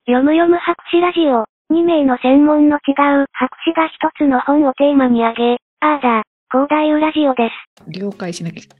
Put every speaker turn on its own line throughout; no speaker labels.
よむよむ博士ラジオ。2名の専門の違う博士が一つの本をテーマに挙げ、あーだ、広大ラジオです。
了解しなきゃ。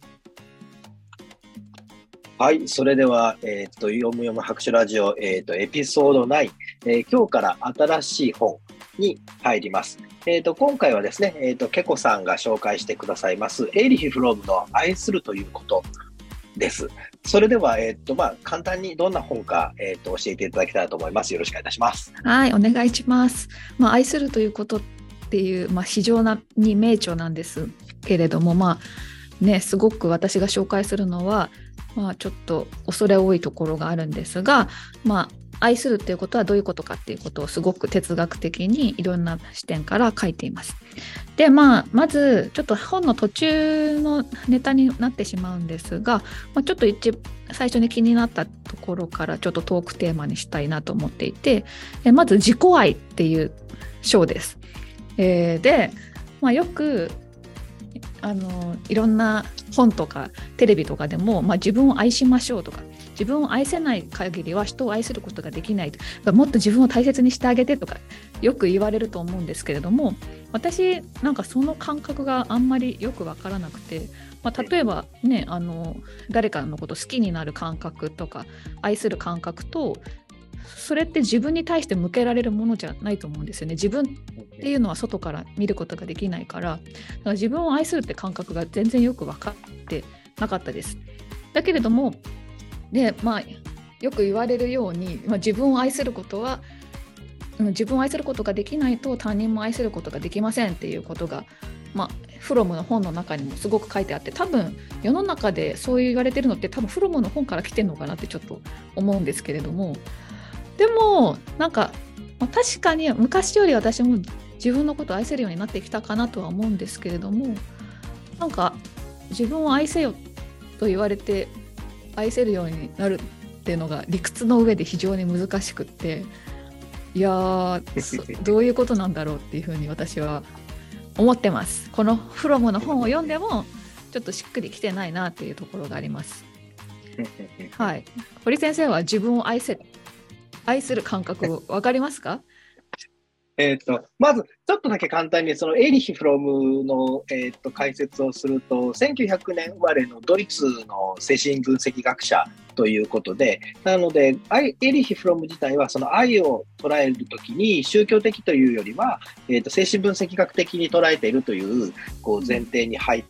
はい、それでは、よむよむ博士ラジオ、エピソード9、今日から新しい本に入ります。今回はですね、ケコさんが紹介してくださいます、エーリヒ・フロムの愛するということです。それでは、簡単にどんな本か、教えていただきたいと思います。よろしくお願いいたします。
はい、お願いします。愛するということっていう、非常に名著なんですけれども、すごく私が紹介するのは、ちょっと恐れ多いところがあるんですが、愛するっていうことはどういうことかっていうことをすごく哲学的にいろんな視点から書いています。で、まずちょっと本の途中のネタになってしまうんですが、ちょっと最初に気になったところからちょっとトークテーマにしたいなと思っていて、まず自己愛っていう章です。で、よくいろんな本とかテレビとかでも、自分を愛しましょうとか、自分を愛せない限りは人を愛することができないと、もっと自分を大切にしてあげてとかよく言われると思うんですけれども、私なんかその感覚があんまりよく分からなくて、例えばね、誰かのこと好きになる感覚とか愛する感覚と、それって自分に対して向けられるものじゃないと思うんですよね。自分っていうのは外から見ることができないから、自分を愛するって感覚が全然よく分かってなかったです。だけれども、で、よく言われるように、自分を愛することは、自分を愛することができないと他人も愛することができませんっていうことが、フロムの本の中にもすごく書いてあって、多分世の中でそう言われてるのって多分フロムの本から来てるのかなってちょっと思うんですけれども、でも確かに昔より私も自分のことを愛せるようになってきたかなとは思うんですけれども、自分を愛せよと言われて愛せるようになるっていうのが理屈の上で非常に難しくって、いやどういうことなんだろうっていうふうに私は思ってます。このフロムの本を読んでもちょっとしっくりきてないなっていうところがあります。はい、堀先生は自分を愛する感覚分かりますか？
まずちょっとだけ簡単にそのエーリヒ・フロムの、解説をすると、1900年生まれのドイツの精神分析学者ということで、なのでエーリヒ・フロム自体はその愛を捉えるときに宗教的というよりは、精神分析学的に捉えているという前提に入って、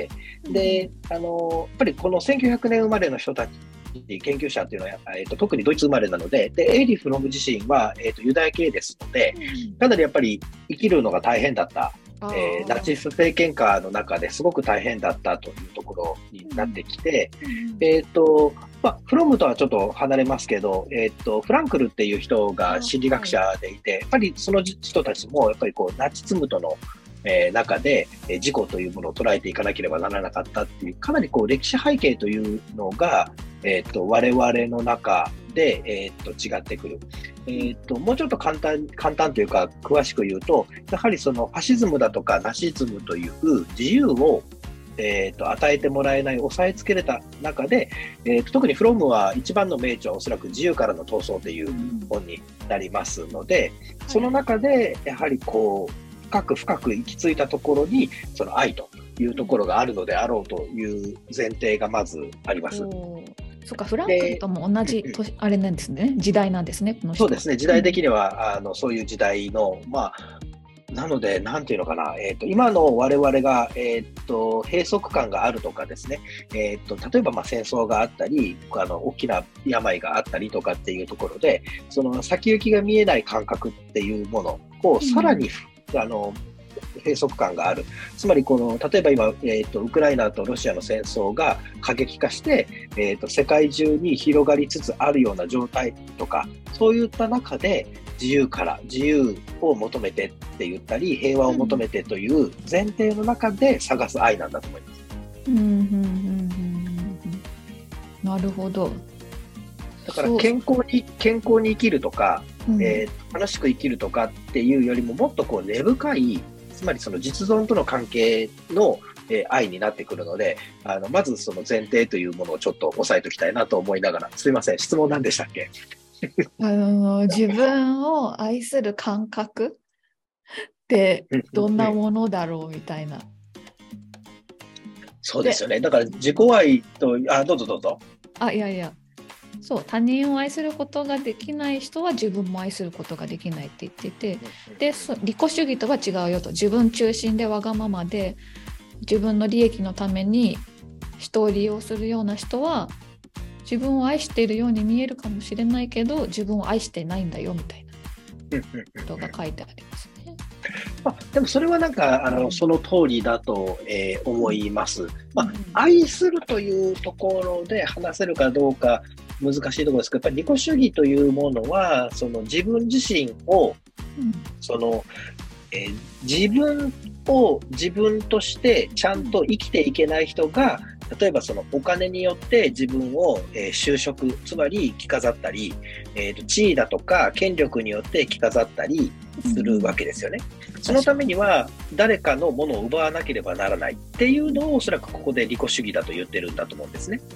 でやっぱりこの1900年生まれの人たち研究者というのは、特にドイツ生まれなので、エーリヒ・フロム自身は、ユダヤ系ですので、かなりやっぱり生きるのが大変だった、ナチス政権下の中ですごく大変だったというところになってきて、フロムとはちょっと離れますけど、フランクルっていう人が心理学者でいて、やっぱりその人たちもやっぱりナチズムとの中で自己というものを捉えていかなければならなかったっていう、かなり歴史背景というのが、我々の中で、違ってくる。もうちょっと簡単というか詳しく言うと、やはりそのファシズムだとかナチズムという自由を与えてもらえない、抑えつけれた中で、特にフロムは一番の名著はおそらく自由からの闘争という本になりますので、その中でやはり深く行き着いたところにその愛というところがあるのであろうという前提がまずあります。
そっか、フランクルとも同じあれなんですね、時代なんですね、この人。
そうですね、時代的には、そういう時代の、なので、なんていうのかな、今の我々が、閉塞感があるとかですね、例えば戦争があったり、大きな病があったりとかっていうところで、その先行きが見えない感覚っていうものをさらに、閉塞感がある。つまり例えば今、ウクライナとロシアの戦争が過激化して、世界中に広がりつつあるような状態とか、そういった中で自由を求めてって言ったり、平和を求めてという前提の中で探す愛なんだと思います。
なるほど。
だから健康に生きるとか、楽しく生きるとかっていうよりも、もっと根深い、つまりその実存との関係の、愛になってくるので、まずその前提というものをちょっと押さえておきたいなと思いながら、すいません、質問何でしたっけ？
自分を愛する感覚ってどんなものだろうみたいな。
そうですよね。だから自己愛と、どうぞどうぞ。
いやいや、そう、他人を愛することができない人は自分も愛することができないって言っていて、で、利己主義とは違うよと。自分中心でわがままで自分の利益のために人を利用するような人は自分を愛しているように見えるかもしれないけど自分を愛してないんだよみたいなことが書いてありますね。
でもそれはなんかその通りだと、思います。愛するというところで話せるかどうか難しいところですけど、やっぱり利己主義というものはその自分自身を、その自分を自分としてちゃんと生きていけない人が、例えばそのお金によって自分を就職、つまり着飾ったり、地位だとか権力によって着飾ったりするわけですよね。そのためには誰かのものを奪わなければならないっていうのをおそらくここで利己主義だと言ってるんだと思うんですね。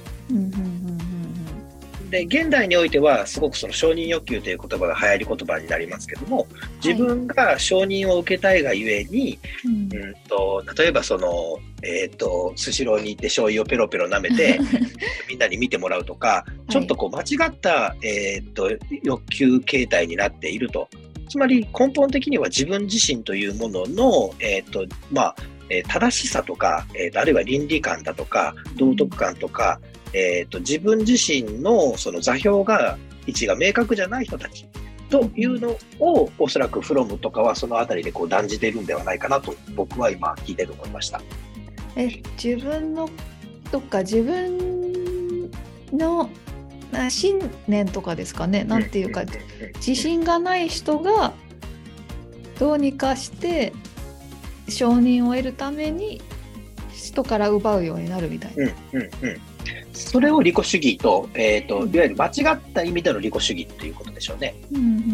で、現代においてはすごくその承認欲求という言葉が流行り言葉になりますけども、自分が承認を受けたいがゆえに、例えばその、スシローに行って醤油をペロペロ舐めてみんなに見てもらうとか、ちょっとこう間違った、欲求形態になっていると。つまり根本的には自分自身というものの、正しさとか、あるいは倫理観だとか道徳観とか、自分自身のその座標が位置が明確じゃない人たちというのをおそらくフロムとかはそのあたりでこう断じているんではないかなと僕は今聞いてると思いました。
自分のとか自分の信念とかですかね、なんていうか自信がない人がどうにかして承認を得るために人から奪うようになるみたいな。
それを利己主義と、いわゆる間違った意味での利己主義ということでしょうね。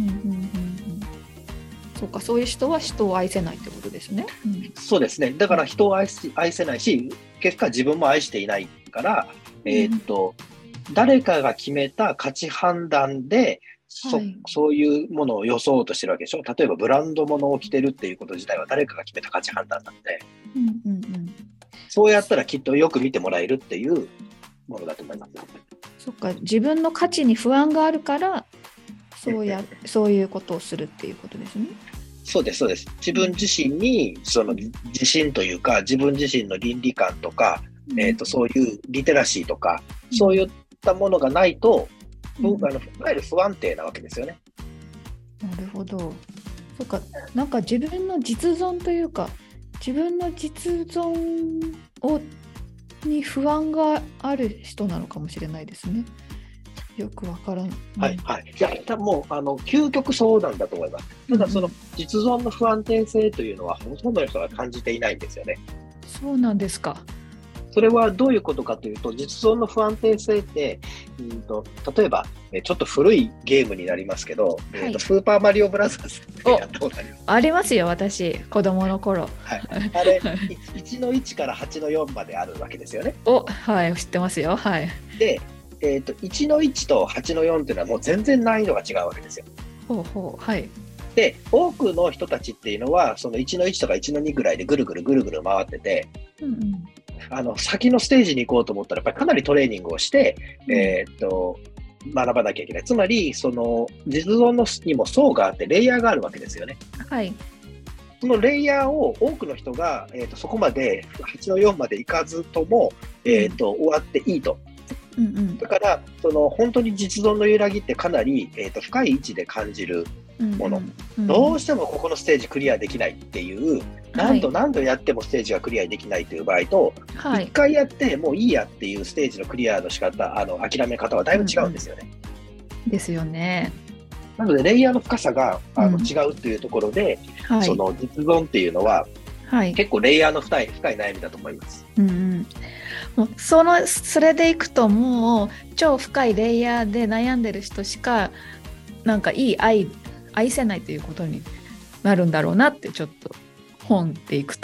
そうか、そういう人は人を愛せないってことですね。
そうですね。だから人を愛せないし、結果自分も愛していないから、誰かが決めた価値判断で、そういうものを装おうとしてるわけでしょ。例えばブランド物を着てるっていうこと自体は誰かが決めた価値判断なんで、そうやったらきっとよく見てもらえるっていうものだと思います。
そっか、自分の価値に不安があるからそういうことをするっていうことですね。
そうですそうです。自分自身にその自信というか、自分自身の倫理観とか、そういうリテラシーとか、そういったものがないと、いわゆる不安定なわけですよね。
なるほど。そっか、なんか自分の実存というか、自分の実存に不安がある人なのかもしれないですね。よくわからん。いや、もう
究極そうなんだと思います。ただその実存の不安定性というのはほとんどの人が感じていないんですよね。
そうなんですか。
それはどういうことかというと、実存の不安定性って、例えばちょっと古いゲームになりますけど、スーパーマリオブラザーズってやったことあります？
ありますよ、私子供の頃。
あれ1の1から8の4まであるわけですよね。
知ってますよ。
で、1の1と8の4っていうのはもう全然難易度が違うわけですよ。で、多くの人たちっていうのはその1の1とか1の2ぐらいでぐるぐる回ってて、先のステージに行こうと思ったらやっぱりかなりトレーニングをして、学ばなきゃいけない。つまりその実存にも層があってレイヤーがあるわけですよね。そのレイヤーを多くの人が、そこまで8の4まで行かずとも、終わっていいと。だからその本当に実存の揺らぎってかなり、深い位置で感じるもの、どうしてもここのステージクリアできないっていう、何度やってもステージがクリアできないという場合と、1回やってもういいやっていうステージのクリアの仕方、諦め方はだいぶ違うんですよね。
ですよね。
なのでレイヤーの深さが違うっていうところで、その実存っていうのは、結構レイヤーの深い悩みだと思います。
もうそれでいくともう超深いレイヤーで悩んでる人しかなんかいい愛せないということになるんだろうなって、ちょっと本でいくと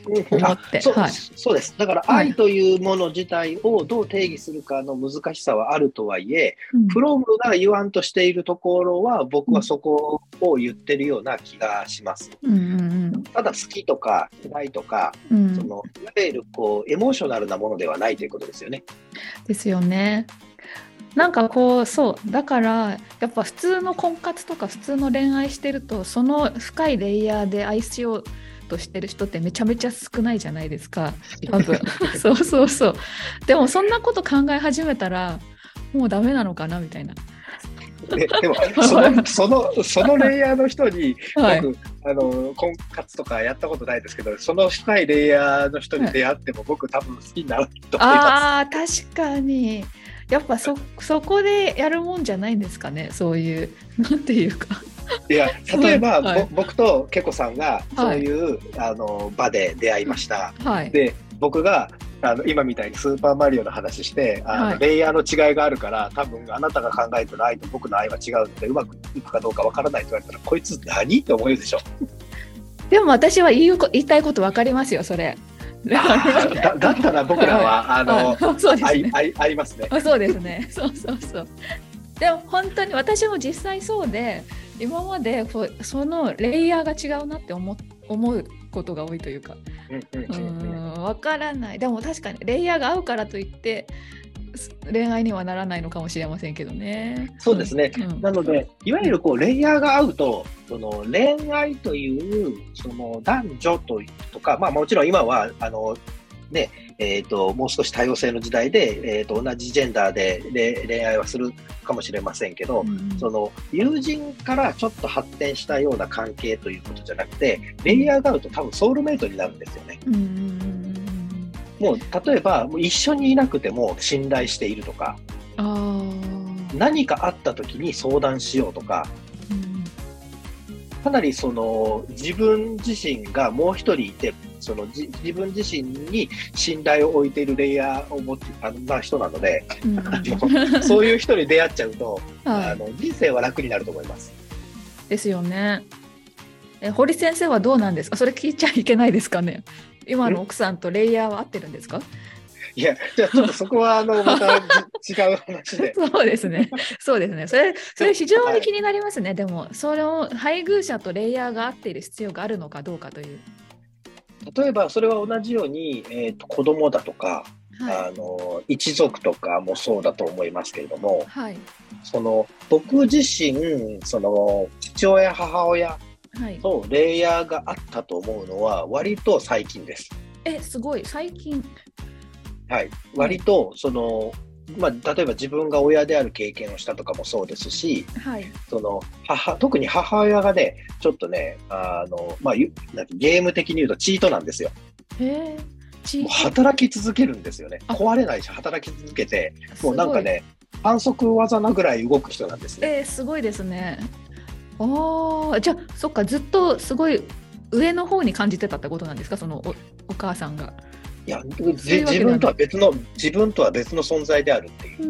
思って。
そう、
はい。
そうです。だから
はい
愛というもの自体をどう定義するかの難しさはあるとはいえ、
うん
フロムが言わんとしているところは僕
うん
はそこを言ってるような気がします。
うんうん
ただ好きとか嫌いとか、
うん
いわゆるエモーショナルなものではないということですよね。
ですよね。なんかそうだからやっぱ普通の婚活とか普通の恋愛してるとその深いレイヤーで愛しようとしてる人ってめちゃめちゃ少ないじゃないですか、多分。そうそうそう。でもそんなこと考え始めたらもうダメなのかなみたいな。
でもそのレイヤーの人に
はい
僕、婚活とかやったことないですけど、その深いレイヤーの人に出会っても僕多分好きになると思います。
ああ、確かに。やっぱそこでやるもんじゃないんですかね、そういうなんていうか。
いや、例えば、
はい
僕とけこさんがそういう、場で出会いました。
はい。
で、僕が今みたいにスーパーマリオの話して
はい
レイヤーの違いがあるから多分あなたが考えてる愛と僕の愛は違うのでうまくいくかどうかわからないと言われたらこいつ何って思うでしょ。
でも私は言いたいこと分かりますよ、それ。
だったら僕らは、
そうですね。
ありますね。
そうですね。そうそうそう。でも本当に私も実際そうで、今までそのレイヤーが違うなって思うことが多いというか、分からない。でも確かにレイヤーが合うからといって恋愛にはならないのかもしれませんけどね。
そうですね。なのでいわゆるレイヤーが合うと恋愛という男女とか、まあもちろん今はね、もう少し多様性の時代で、同じジェンダーで恋愛はするかもしれませんけど、友人からちょっと発展したような関係ということじゃなくて、レイヤーが合うと多分ソウルメイトになるんですよね。もう例えばもう一緒にいなくても信頼しているとか、何かあった時に相談しようとか、かなり自分自身がもう一人いて、自分自身に信頼を置いているレイヤーを持ってな人なので、そういう人に出会っちゃうと、人生は楽になると思います。
ですよね。堀先生はどうなんですか？それ聞いちゃいけないですかね。今の奥さんとレイヤーは合ってるんですか？
いや、じゃあちょっとそこはまた違う話で。
そうですね。そうですね。それ非常に気になりますね。はい、でもそれを配偶者とレイヤーが合っている必要があるのかどうかという。
例えばそれは同じように、子供だとか、一族とかもそうだと思いますけれども、僕自身父親母親とレイヤーがあったと思うのは割と最近です。
すごい最近。
はい、割と例えば自分が親である経験をしたとかもそうですし、特に母親がね、ちょっとね、ゲーム的に言うとチートなんですよ。もう働き続けるんですよね。壊れないし働き続けて、もうなんかね、反則技なぐらい動く人なんですね。
すごいですね。じゃあそっか、ずっとすごい上の方に感じてたってことなんですか、お母さんが。
いや、自分とは別の存在であるっていう。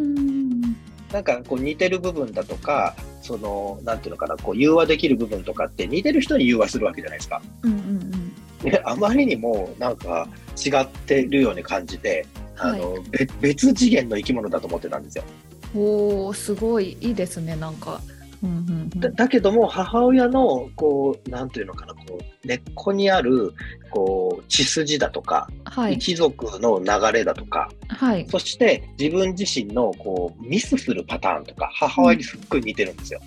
なんか似てる部分だとか、なんていうのかな、融和できる部分とかって似てる人に融和するわけじゃないですか。あまりにもなんか違ってるように感じて、別次元の生き物だと思ってたんですよ。
すごいいいですね、なんか。
だけども母親のなんていうのかな、根っこにある血筋だとか、一族の流れだとか、そして自分自身のミスするパターンとか母親にすっごい似てるんですよ。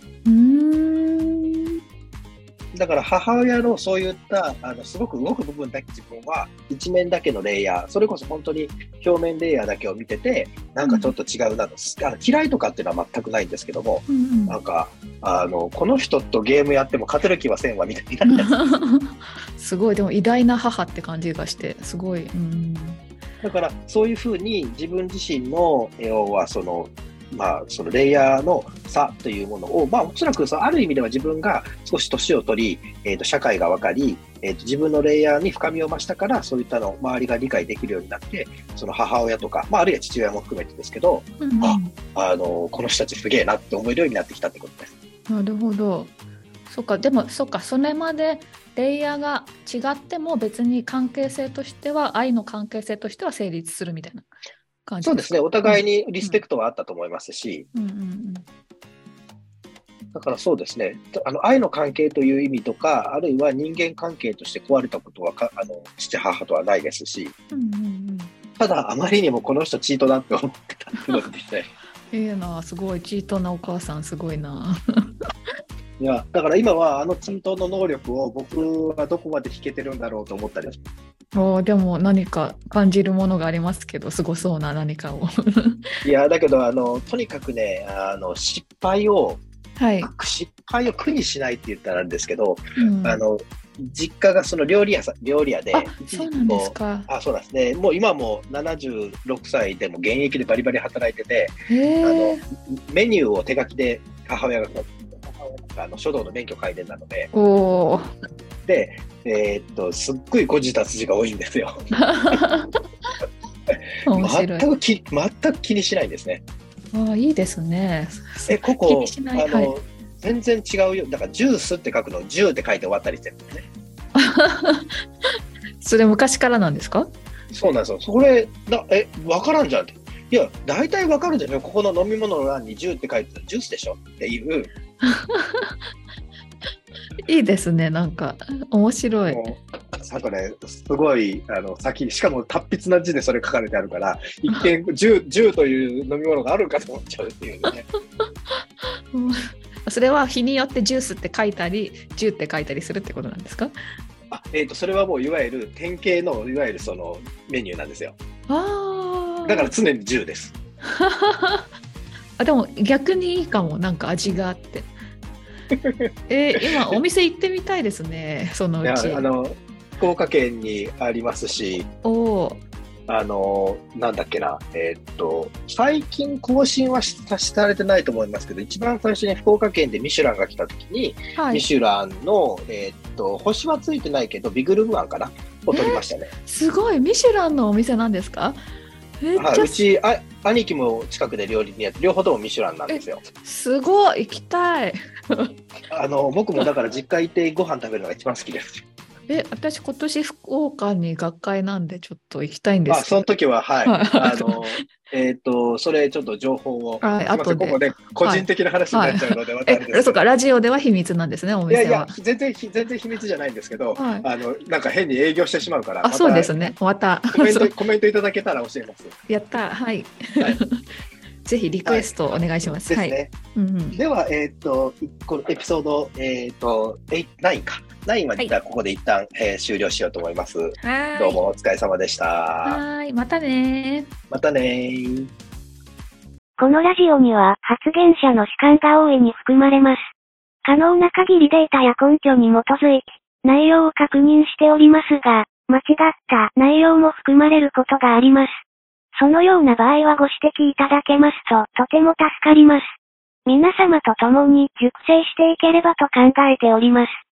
だから母親のそういったすごく動く部分だけ自分は一面だけのレイヤー、それこそ本当に表面レイヤーだけを見ててなんかちょっと違うなと、嫌いとかっていうのは全くないんですけども、なんかこの人とゲームやっても勝てる気はせんわみたいな
すごい、でも偉大な母って感じがしてすごい。
だからそういうふうに自分自身の要はそのレイヤーの差というものを、おそらくある意味では自分が少し年を取り、社会が分かり、自分のレイヤーに深みを増したから、そういったのを周りが理解できるようになって、その母親とか、あるいは父親も含めてですけど、この人たちすげえなって思えるようになってきたってことです。
なるほど。でもそれまでレイヤーが違っても別に関係性としては、愛の関係性としては成立するみたいな感じでか？
そうですすね。お互いにリスペクトはあったと思いますし、
うんうんうん
だからそうですね。愛の関係という意味とか、あるいは人間関係として壊れたことは父母とはないですし、
うんうんうん
ただ、あまりにもこの人チートだって思ってたってことですね。
いいな、すごいチートなお母さん、すごいな。
いや、だから今はチートの能力を僕はどこまで弾けてるんだろうと思ったりし
でも何か感じるものがありますけど、すごそうな何かを。
いや、だけど、とにかくね、失敗を
はい。
苦にしないって言ったらあれですけど、
うん
実家がその料理屋で、
あ、
一時
そうなんです
こう、
か。
そうなんですね。もう今も76歳でも現役でバリバリ働いてて、
へえ。
メニューを手書きで母親が書道の免許改伝なので、
おー。
で、すっごい誤字脱字が多いんですよ。
面白い。
全く気にしないんですね。
いいですね。
ここ、
気にしない。はい。
全然違うよ。だからジュースって書くのをジューって書いて終わったりしてるんですね。
それ昔からなんですか？
そうなんですよ。それ、わからんじゃんって。いや、大体わかるじゃん。ここの飲み物の欄にジューって書いてたらジュースでしょっていう。
いいですね。なんか面白い。
もうなんかね、すごい、しかも達筆な字でそれ書かれてあるから、一見、ジューという飲み物があるかと思っちゃうっていうね。
それは日によってジュースって書いたり、ジューって書いたりするってことなんですか？
それはもういわゆる典型の、いわゆるそのメニューなんですよ。
ああ。
だから常にジューです。
でも逆にいいかも。なんか味があって。今お店行ってみたいですね。そのうち。
福岡県にありますし、
おー。
なんだっけな、最近更新はされてないと思いますけど、一番最初に福岡県でミシュランが来た時に、
はい
ミシュランの、星はついてないけど、ビッグルームワンかなを取りましたね。
すごい。ミシュランのお店なんですか？めっ
はい、
ちゃ
うち兄貴も近くで料理にやって両方ともミシュランなんですよ。
すごい。行きたい。
僕もだから実家行ってご飯食べるのが一番好きです。
私今年福岡に学会なんでちょっと行きたいんですけど。
その時は、はい。
はい
それちょっと情報を、
はい、
すみません、ここで個人的な話になっちゃうので、またあれですけど。
そうか、ラジオでは秘密なんですね、お店は。
いや、全然秘密じゃないんですけど、
はい、
なんか変に営業してしまうから、
そうですね、また
コメントいただけたら教えます。
やった、はい。
はい、
ぜひリクエストお願いします。
ですね。では、このエピソード、9か。9までここで一旦、終了しようと思います。どうもお疲れ様でした。
はい、またね。
またね。
このラジオには発言者の主観が大いに含まれます。可能な限りデータや根拠に基づいて内容を確認しておりますが、間違った内容も含まれることがあります。そのような場合はご指摘いただけますととても助かります。皆様と共に熟成していければと考えております。